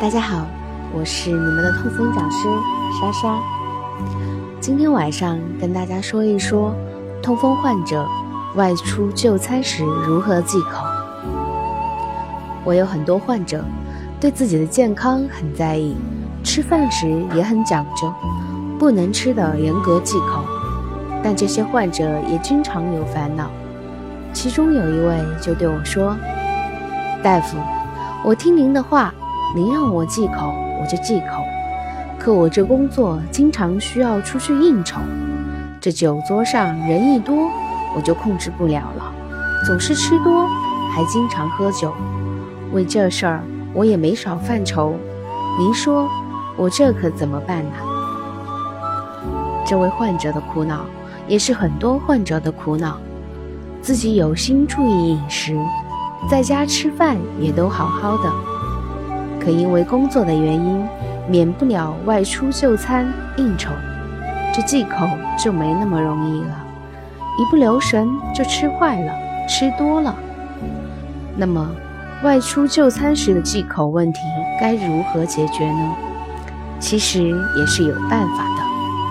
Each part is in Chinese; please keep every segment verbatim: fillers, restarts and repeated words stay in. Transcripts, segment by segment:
大家好，我是你们的痛风讲师莎莎。今天晚上跟大家说一说痛风患者外出就餐时如何忌口。我有很多患者对自己的健康很在意，吃饭时也很讲究，不能吃的严格忌口，但这些患者也经常有烦恼。其中有一位就对我说，大夫，我听您的话，您让我忌口我就忌口，可我这工作经常需要出去应酬，这酒桌上人一多我就控制不了了，总是吃多还经常喝酒，为这事儿我也没少犯愁，您说我这可怎么办呢？这位患者的苦恼也是很多患者的苦恼，自己有心注意饮食，在家吃饭也都好好的，可因为工作的原因免不了外出就餐应酬，这忌口就没那么容易了，一不留神就吃坏了，吃多了。那么外出就餐时的忌口问题该如何解决呢？其实也是有办法的。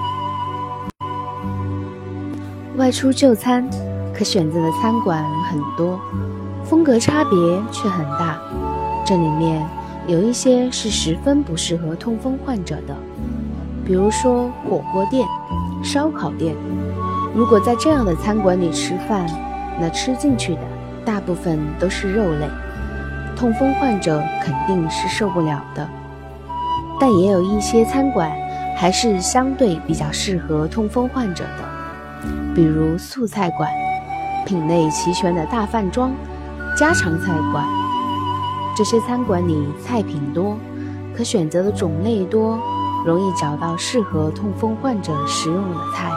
外出就餐可选择的餐馆很多，风格差别却很大，这里面有一些是十分不适合痛风患者的，比如说火锅店、烧烤店。如果在这样的餐馆里吃饭，那吃进去的大部分都是肉类，痛风患者肯定是受不了的。但也有一些餐馆还是相对比较适合痛风患者的，比如素菜馆、品类齐全的大饭庄、家常菜馆。这些餐馆里菜品多，可选择的种类多，容易找到适合痛风患者食用的菜。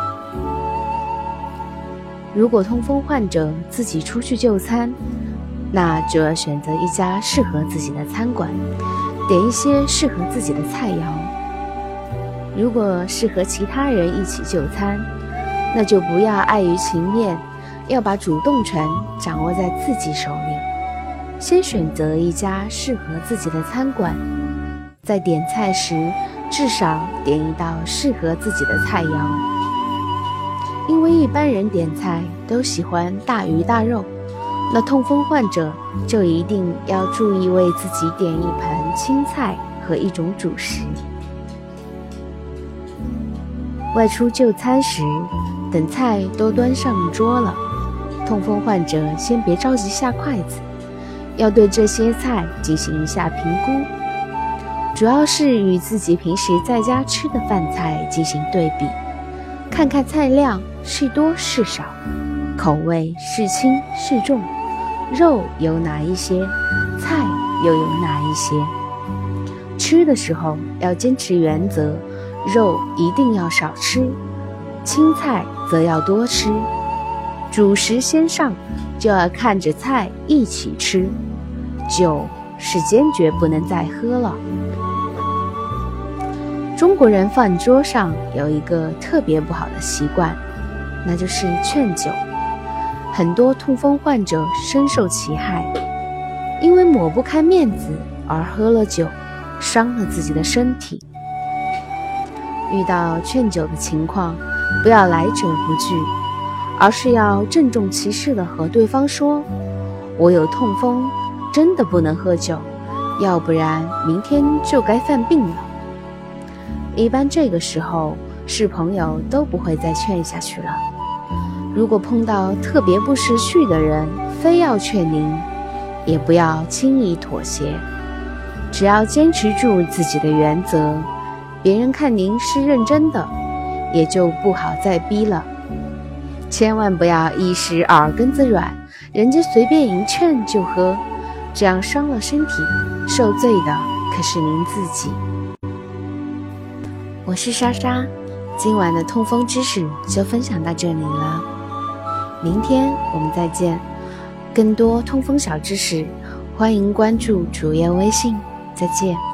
如果痛风患者自己出去就餐，那就要选择一家适合自己的餐馆，点一些适合自己的菜肴。如果适合其他人一起就餐，那就不要碍于情面，要把主动权掌握在自己手里。先选择一家适合自己的餐馆，在点菜时至少点一道适合自己的菜肴。因为一般人点菜都喜欢大鱼大肉，那痛风患者就一定要注意为自己点一盘青菜和一种主食。外出就餐时，等菜都端上桌了，痛风患者先别着急下筷子，要对这些菜进行一下评估，主要是与自己平时在家吃的饭菜进行对比，看看菜量是多是少，口味是轻是重，肉有哪一些，菜又有哪一些。吃的时候要坚持原则，肉一定要少吃，青菜则要多吃，主食先上就要看着菜一起吃，酒是坚决不能再喝了。中国人饭桌上有一个特别不好的习惯，那就是劝酒。很多痛风患者深受其害，因为抹不开面子而喝了酒，伤了自己的身体。遇到劝酒的情况，不要来者不拒，而是要郑重其事地和对方说，我有痛风，真的不能喝酒，要不然明天就该犯病了。一般这个时候是朋友都不会再劝下去了。如果碰到特别不识趣的人非要劝您，也不要轻易妥协，只要坚持住自己的原则，别人看您是认真的，也就不好再逼了。千万不要一时耳根子软，人家随便一劝就喝，这样伤了身体，受罪的可是您自己。我是莎莎，今晚的痛风知识就分享到这里了，明天我们再见。更多痛风小知识，欢迎关注主页微信，再见。